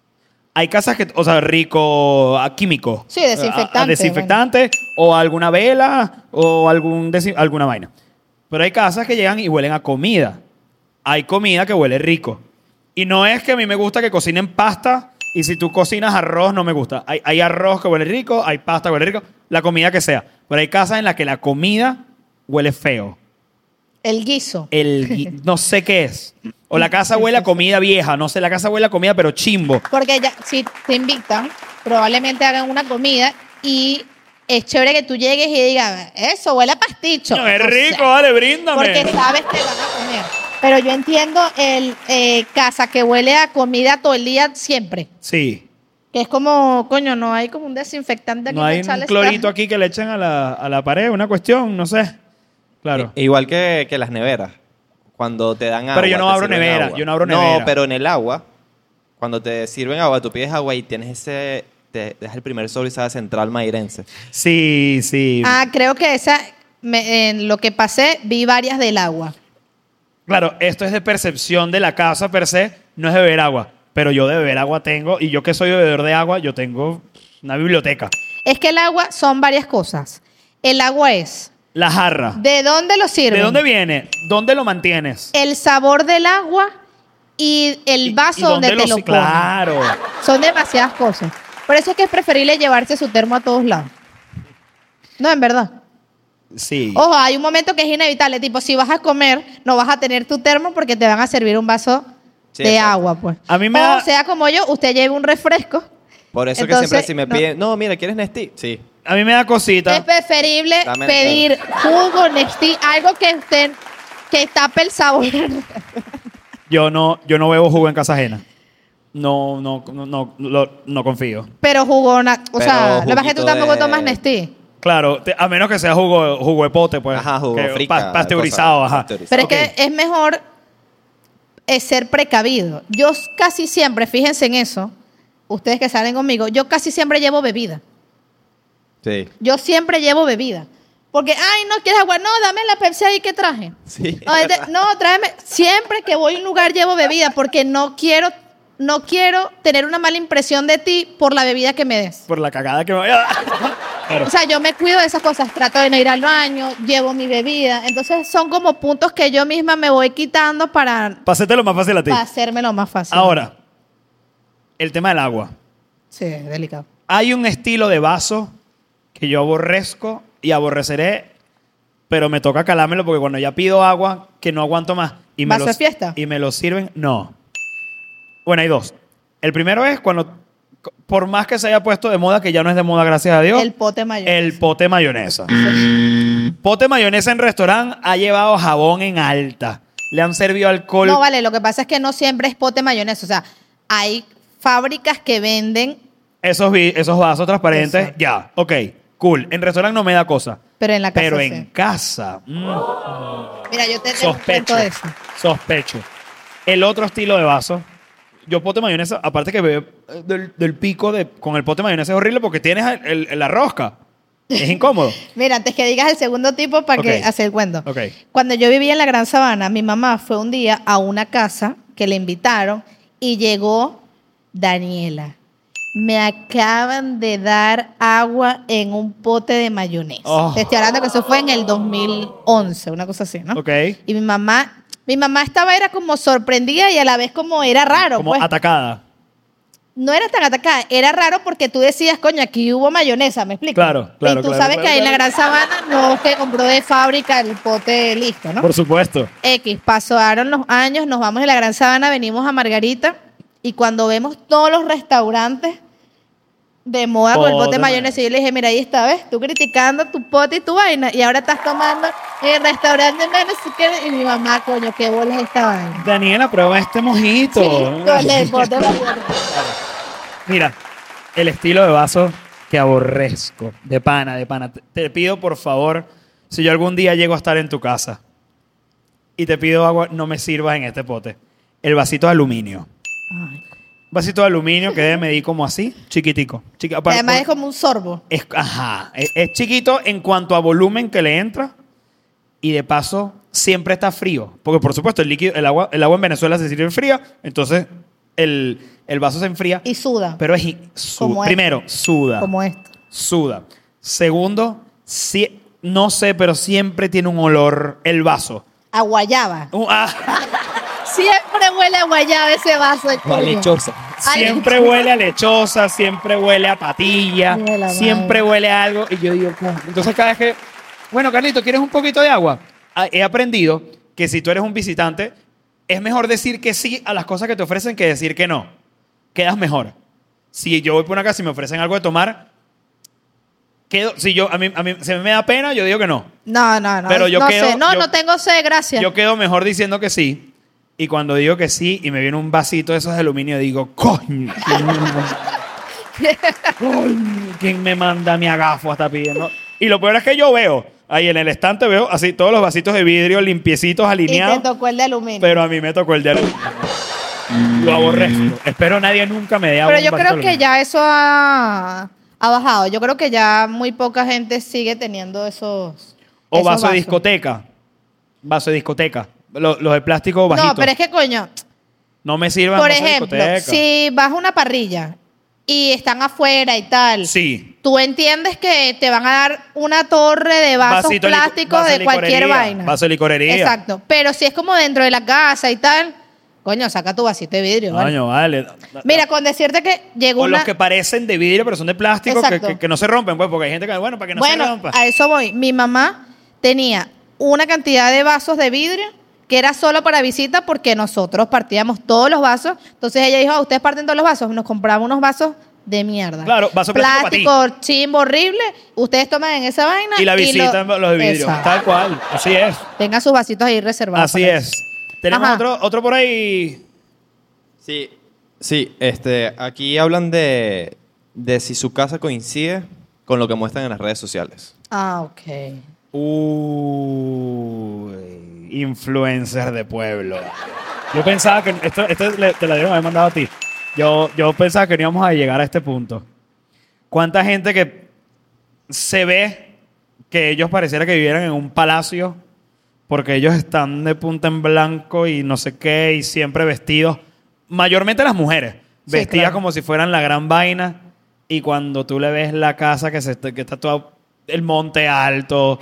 Hay casas que, o sea, rico a químico. Sí, desinfectante, A desinfectante o a alguna vela o alguna vaina. Pero hay casas que llegan y huelen a comida. Hay comida que huele rico. Y no es que a mí me gusta que cocinen pasta y si tú cocinas arroz no me gusta. Hay arroz que huele rico, hay pasta que huele rico, la comida que sea. Pero hay casas en las que la comida huele feo. El guiso. No sé qué es. O la casa huele a comida vieja, no sé, la casa huele a comida pero chimbo. Porque ya, si te invitan, probablemente hagan una comida y es chévere que tú llegues y digas, eso huele a pasticho. No, es No sé. rico, vale, bríndame. Porque sabes que van a comer. Pero yo entiendo el casa que huele a comida todo el día siempre. Sí. Que es como, coño, no hay como un desinfectante aquí. No para hay un echarle clorito esta- aquí que le echen a la pared, una cuestión, no sé. Claro. Igual que las neveras. Cuando te dan agua. Pero yo no te abro sirven nevera, agua. yo no abro nevera. No, pero en el agua, cuando te sirven agua, tú pides agua y tienes te dejas el primer sobre y sabe a central mairense. Sí, sí. Ah, creo que esa, en lo que pasé, vi varias del agua. Claro, esto es de percepción de la casa per se, no es de beber agua. Pero yo de beber agua tengo, y yo que soy bebedor de agua, yo tengo una biblioteca. Es que el agua son varias cosas. El agua es, La jarra. ¿de dónde lo sirven? ¿De dónde viene? ¿Dónde lo mantienes? El sabor del agua y el vaso ¿Y donde dónde te lo si- ponen. Claro. Son demasiadas cosas. Por eso es que es preferible llevarse su termo a todos lados. No, en verdad. Sí. Ojo, hay un momento que es inevitable. Tipo, si vas a comer, no vas a tener tu termo porque te van a servir un vaso Sí, de exacto. agua, pues. A mí me o da- sea, como yo, usted lleve un refresco. Por eso Entonces, que siempre si me no. piden, no, mira, ¿quieres Nestí? Sí. A mí me da cosita. Es preferible Dame- pedir jugo, Nestí, algo que tape el sabor. Yo no bebo jugo en casa ajena. No confío. Pero jugo, o Pero sea, lo que pasa es que tú juguito tampoco de- tomas Nestí. Claro, a menos que sea jugo de pote, pues. Ajá, jugo que frica, pasteurizado, cosa, ajá. pasteurizado. Pero Ok. es que es mejor ser precavido. Yo casi siempre, fíjense en eso, ustedes que salen conmigo, yo casi siempre llevo bebida. Sí. Yo siempre llevo bebida. Porque, ay, no quieres agua, no, dame la Pepsi ahí que traje. Sí. Ay, no, tráeme. Siempre que voy a un lugar llevo bebida porque no quiero tener una mala impresión de ti por la bebida que me des. Por la cagada que me vaya a dar. Claro. O sea, yo me cuido de esas cosas, trato de no ir al baño, llevo mi bebida. Entonces son como puntos que yo misma me voy quitando para Lo más fácil a ti. hacérmelo más fácil. Ahora, el tema del agua. Sí, delicado. Hay un estilo de vaso que yo aborrezco y aborreceré, pero me toca calármelo porque cuando ya pido agua, que no aguanto más. Y ¿Vaso de fiesta? Y me lo sirven, no. Bueno, hay dos. El primero es cuando, por más que se haya puesto de moda, que ya no es de moda, gracias a Dios, El pote mayor. el pote mayonesa. Pote mayonesa en restaurante ha llevado jabón en alta. Le han servido alcohol. No, vale, lo que pasa es que no siempre es pote mayonesa. O sea, hay fábricas que venden, Esos vasos transparentes, Exacto. ya, ok, cool. En restaurante no me da cosa. pero en la casa Pero sí. en casa, Mira, yo te tengo un cuento sospecho. de eso. Sospecho. El otro estilo de vaso, yo pote mayonesa, aparte que bebe del pico con el pote mayonesa es horrible porque tienes la rosca. Es incómodo. Mira, antes que digas el segundo tipo para que Ok. hacer el cuento. Ok. Cuando yo vivía en la Gran Sabana, mi mamá fue un día a una casa que le invitaron y llegó Daniela. Me acaban de dar agua en un pote de mayonesa. Oh. Te estoy hablando que eso fue en el 2011, una cosa así, ¿no? Ok. Y mi mamá era como sorprendida y a la vez como era raro, Como pues. atacada. No era tan atacada, era raro porque tú decías, coño, aquí hubo mayonesa, ¿me explico? Claro, claro, Y tú claro, sabes claro, que ahí en la claro. Gran Sabana no es que compró de fábrica el pote listo, ¿no? Por supuesto. X, pasaron los años, nos vamos de la Gran Sabana, venimos a Margarita y cuando vemos todos los restaurantes de moda con el Pote pote de mayonesa, yo le dije, mira, ahí está, ¿ves? Tú criticando tu pote y tu vaina y ahora estás tomando en el restaurante de menos y mi mamá, coño, qué bola es esta vaina. Daniela, prueba este mojito. Sí, con el pote de mayonesa. Mira, el estilo de vaso que aborrezco. De pana, de pana. Te pido, por favor, si yo algún día llego a estar en tu casa y te pido agua, no me sirvas en este pote. El vasito de aluminio. Ay. Vasito de aluminio que debe medir como así, chiquitico. Además es como un sorbo. Ajá, es chiquito en cuanto a volumen que le entra y de paso siempre está frío. Porque por supuesto el agua en Venezuela se sirve fría, entonces el vaso se enfría. Y suda. Pero Como primero, suda. Como esto. Suda. Segundo, no sé, pero siempre tiene un olor el vaso. A guayaba. Siempre huele a guayaba ese vaso de O a lechosa. Ay, Siempre huele a lechosa, siempre huele a patilla, Huele a siempre huele a algo. Y yo digo, "¿Cómo?". Entonces cada vez que, bueno, Carlito, ¿quieres un poquito de agua? He aprendido que si tú eres un visitante, es mejor decir que sí a las cosas que te ofrecen que decir que no. Quedas mejor. Si yo voy por una casa y me ofrecen algo de tomar, a mí se me da pena, yo digo que no. No. Pero yo no quedo- sé. No, yo- no tengo sed, gracias. Yo quedo mejor diciendo que sí. Y cuando digo que sí y me viene un vasito de esos de aluminio, digo, coño, ¿quién me manda mi agafo hasta pidiendo? Y lo peor es que yo veo, ahí en el estante veo así todos los vasitos de vidrio limpiecitos, y te alineados, tocó el de aluminio. pero a mí me tocó el de aluminio. Lo aborrezco. Espero nadie nunca me dé agua Pero en yo un vasito creo de que aluminio. ya eso ha bajado. Yo creo que ya muy poca gente sigue teniendo esos O Esos vaso de vasos. discoteca. Vaso de discoteca. Los de plástico bajitos. No, pero es que, coño, No me sirvan por vasos de ejemplo, discoteca. si vas a una parrilla y están afuera y tal, Sí. tú entiendes que te van a dar una torre de vasos Vasito de plásticos vaso de cualquier licorería, vaina. Vaso de licorería. Exacto. Pero si es como dentro de la casa y tal, coño, saca tu vasito de vidrio. ¿vale? Coño, vale. Mira, con decirte que llegó O una... los que parecen de vidrio, pero son de plástico, Exacto. que no se rompen, pues, porque hay gente que, bueno, para que no se Bueno, rompa. a eso voy. Mi mamá tenía una cantidad de vasos de vidrio que era solo para visita porque nosotros partíamos todos los vasos. Entonces ella dijo, ustedes parten todos los vasos. Nos compraba unos vasos de mierda. Claro, vaso plástico Plástico, chimbo, horrible. Ustedes toman en esa vaina. Y la visita los de vidrio. Exacto. Tal cual. Así es. Tengan sus vasitos ahí reservados. Así para es. eso. Tenemos Ajá. otro por ahí. Sí, sí, aquí hablan de si su casa coincide con lo que muestran en las redes sociales. Ah, ok. Influencer de pueblo. Yo pensaba que esto te la debemos haber mandado a ti. Yo pensaba que no íbamos a llegar a este punto. ¿Cuánta gente que se ve que ellos pareciera que vivieran en un palacio porque ellos están de punta en blanco y no sé qué y siempre vestidos, mayormente las mujeres, Sí, vestidas claro. como si fueran la gran vaina, y cuando tú le ves la casa que está todo el monte alto,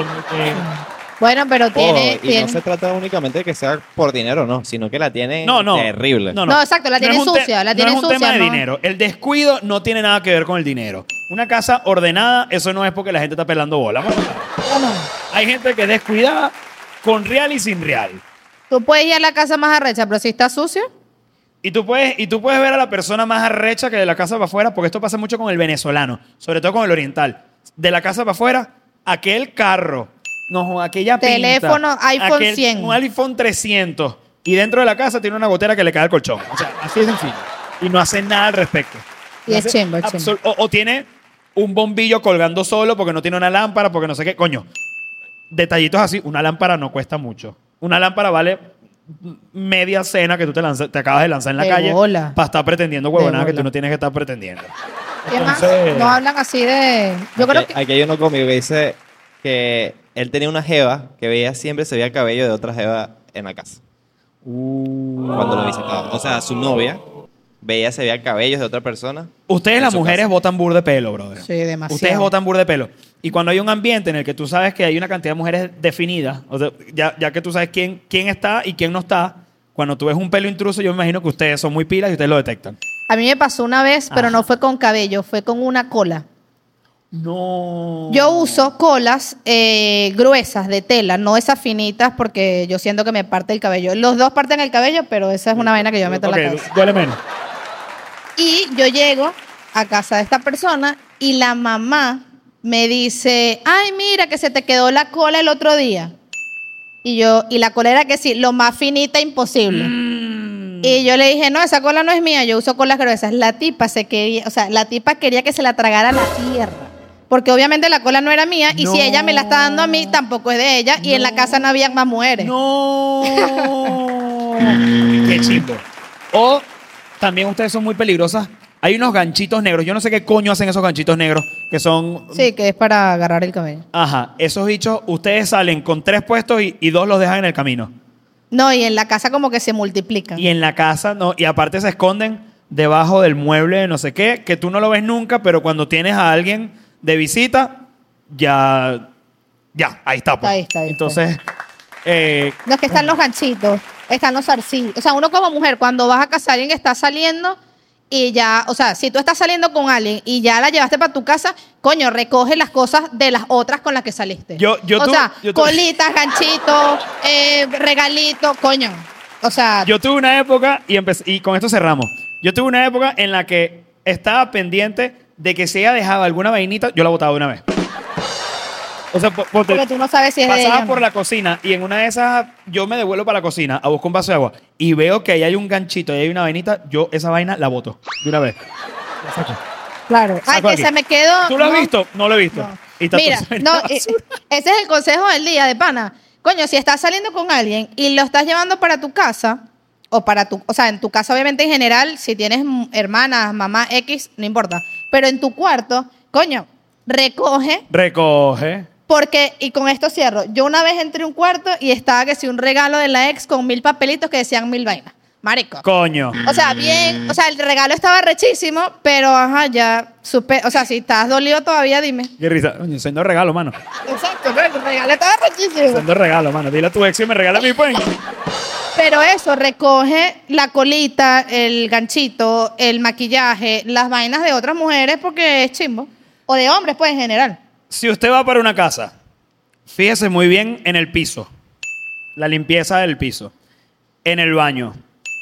Bueno, pero tiene... Y no se trata únicamente de que sea por dinero, no, sino que la tienen terrible. No, exacto, la tiene es un sucia, la tiene no es un sucia, tema de ¿no? dinero. El descuido no tiene nada que ver con el dinero. Una casa ordenada, eso no es porque la gente está pelando bola. Hay gente que es descuidada con real y sin real. Tú puedes ir a la casa más arrecha, pero si está sucio... Y tú puedes ver a la persona más arrecha que de la casa para afuera, porque esto pasa mucho con el venezolano, sobre todo con el oriental. De la casa para afuera, aquel carro, no, aquella pinta, Teléfono, iPhone 100. un iPhone 300, y dentro de la casa tiene una gotera que le cae al colchón. O sea, así es sencillo. Y no hace nada al respecto. Y es chimbo, es chimbo. O tiene un bombillo colgando solo porque no tiene una lámpara, porque no sé qué. Coño, detallitos así. Una lámpara no cuesta mucho. Una lámpara vale media cena que tú te acabas de lanzar en la De calle bola. para estar pretendiendo huevonadas que bola. tú no tienes que estar pretendiendo. ¿Qué más? Entonces- No hablan así de... Yo creo que... Aquí hay uno cómico que dice que él tenía una jeva que siempre se veía el cabello de otra jeva en la casa. Cuando lo visitaba. O sea, su novia se veía cabellos de otra persona. Ustedes en las su mujeres casa. botan bur de pelo, brother. Sí, demasiado. Ustedes botan bur de pelo. Y cuando hay un ambiente en el que tú sabes que hay una cantidad de mujeres definidas, o sea, ya que tú sabes quién está y quién no está, cuando tú ves un pelo intruso, yo me imagino que ustedes son muy pilas y ustedes lo detectan. A mí me pasó una vez, pero no fue con cabello, fue con una cola. No. Yo uso colas gruesas de tela, no esas finitas, porque yo siento que me parte el cabello. Los dos parten el cabello, pero esa es una vaina que yo meto en la Ok, cabeza. duele menos. Y yo llego a casa de esta persona y la mamá me dice, ay, mira que se te quedó la cola el otro día. Y la cola era que sí, lo más finita imposible. Y yo le dije, no, esa cola no es mía, yo uso colas gruesas. La tipa quería que se la tragara la tierra. Porque obviamente la cola no era mía y si ella me la está dando a mí, tampoco es de ella. Y en la casa no había más mujeres. No. Qué chimbo. O también ustedes son muy peligrosas. Hay unos ganchitos negros. Yo no sé qué coño hacen esos ganchitos negros que son... Sí, que es para agarrar el cabello. Ajá. Esos bichos, ustedes salen con 3 puestos y 2 los dejan en el camino. No, y en la casa como que se multiplican. Y en la casa, no. Y aparte se esconden debajo del mueble de no sé qué, que tú no lo ves nunca, pero cuando tienes a alguien de visita, ya, ahí está. Pues. Ahí está. Entonces, No, es que están los ganchitos, están los zarcillos. O sea, uno como mujer, cuando vas a casa, alguien está saliendo y ya, o sea, si tú estás saliendo con alguien y ya la llevaste para tu casa, coño, recoge las cosas de las otras con las que saliste. Colitas, ganchitos, regalitos, coño. O sea, yo tuve una época, y con esto cerramos, yo tuve una época en la que estaba pendiente de que si ella dejaba alguna vainita, yo la botaba de una vez. O sea, porque tú no sabes si es de pasaba ella. por la cocina y en una de esas yo me devuelvo para la cocina a buscar un vaso de agua y veo que ahí hay un ganchito y hay una vainita, yo esa vaina la boto de una vez. La saco. Claro. Ay, Saco que aquí. se me quedó. ¿Tú lo has no. visto? No lo he visto. No. Y está Mira, todo en no, la basura. ese es el consejo del día de pana. Coño, si estás saliendo con alguien y lo estás llevando para tu casa, o sea, en tu casa obviamente en general, si tienes hermanas, mamá, X, no importa. Pero en tu cuarto, coño, recoge, Recoge. Porque, y con esto cierro, yo una vez entré a un cuarto y estaba que sí un regalo de la ex con 1000 papelitos que decían 1000 vainas. Marico. Coño. O sea, bien, o sea, el regalo estaba rechísimo, pero ajá, ya supe, o sea, si estás dolido todavía, dime. Qué risa. Coño, siendo regalo, mano. Exacto, pero el regalo estaba rechísimo. Siendo regalo, mano. Dile a tu ex y me regala a mí, pues. Pero eso, recoge la colita, el ganchito, el maquillaje, las vainas de otras mujeres porque es chimbo. O de hombres, pues, en general. Si usted va para una casa, fíjese muy bien en el piso. La limpieza del piso. En el baño.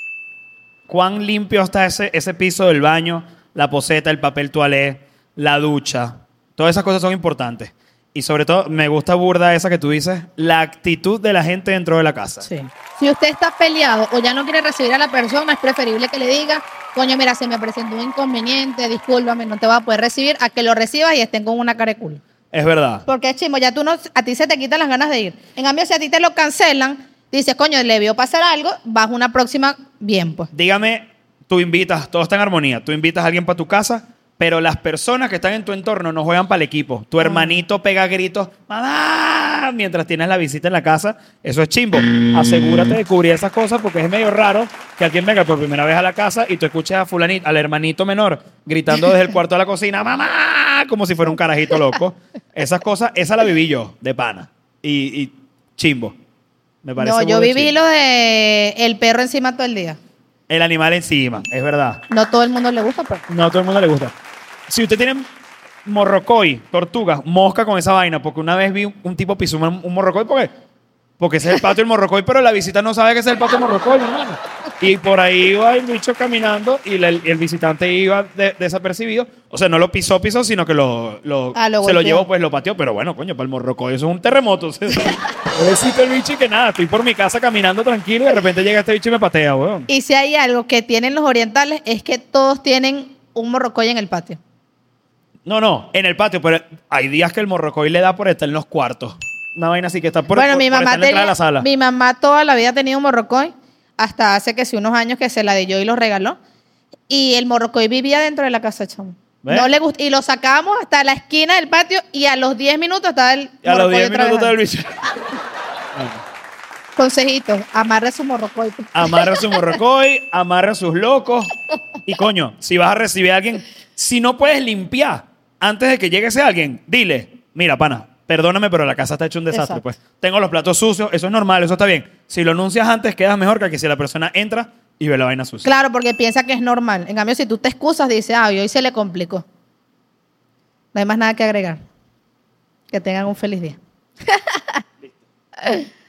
¿Cuán limpio está ese piso del baño? La poseta, el papel toalé, la ducha. Todas esas cosas son importantes. Y sobre todo, me gusta burda esa que tú dices, la actitud de la gente dentro de la casa. Sí. Si usted está peleado o ya no quiere recibir a la persona, es preferible que le diga, coño, mira, se me presentó un inconveniente, discúlpame, no te va a poder recibir, a que lo recibas y estén con una cara de culo. Es verdad. Porque es chimbo, ya tú no, a ti se te quitan las ganas de ir. En cambio, si a ti te lo cancelan, dices, coño, le vio pasar algo, vas a una próxima bien, pues. Dígame, tú invitas, todo está en armonía, tú invitas a alguien para tu casa, pero las personas que están en tu entorno no juegan para el equipo. Tu hermanito pega gritos, mamá, mientras tienes la visita en la casa. Eso es chimbo. Asegúrate de cubrir esas cosas porque es medio raro que alguien venga por primera vez a la casa y tú escuches a fulanito, al hermanito menor, gritando desde el cuarto de la cocina, mamá, como si fuera un carajito loco. Esas cosas, esa la viví yo, de pana. Y chimbo. Me parece No, yo burda de viví chimbo. lo de el perro encima todo el día. El animal encima, es verdad. No todo el mundo le gusta, pero... No a todo el mundo le gusta. Si usted tiene morrocoy, tortugas, mosca con esa vaina, porque una vez vi un tipo pisó un morrocoy, ¿por qué? Porque ese es el patio del morrocoy, pero la visita no sabe que ese es el patio del morrocoy, hermano. Y por ahí iba el bicho caminando y el visitante iba desapercibido. O sea, no lo pisó, sino que se lo golpeó. llevó, pues lo pateó. Pero bueno, coño, para el morrocoy eso es un terremoto. O sea, pobrecito el bicho y que nada, estoy por mi casa caminando tranquilo y de repente llega este bicho y me patea, weón. Y si hay algo que tienen los orientales es que todos tienen un morrocoy en el patio. No, en el patio, pero hay días que el morrocoy le da por estar en los cuartos. Una vaina así que está por Bueno, por mi estar mamá, en la entrada de la sala. mi mamá toda la vida ha tenido un morrocoy, hasta hace que sí unos años que se la dio y lo regaló. Y el morrocoy vivía dentro de la casa, chamo. ¿Ves? No le gustó. Y lo sacábamos hasta la esquina del patio y a los 10 minutos estaba el Y a los morrocoy 10 otra vez minutos ahí. del bicho. Consejito, amarre su morrocoy. Amarra su morrocoy, amarra sus locos. Y coño, si vas a recibir a alguien, si no puedes limpiar antes de que llegue ese alguien, dile, mira, pana, perdóname, pero la casa está hecho un desastre. Exacto. Pues tengo los platos sucios, eso es normal, eso está bien. Si lo anuncias antes, quedas mejor que si la persona entra y ve la vaina sucia. Claro, porque piensa que es normal. En cambio, si tú te excusas, dice, y hoy se le complicó. No hay más nada que agregar. Que tengan un feliz día.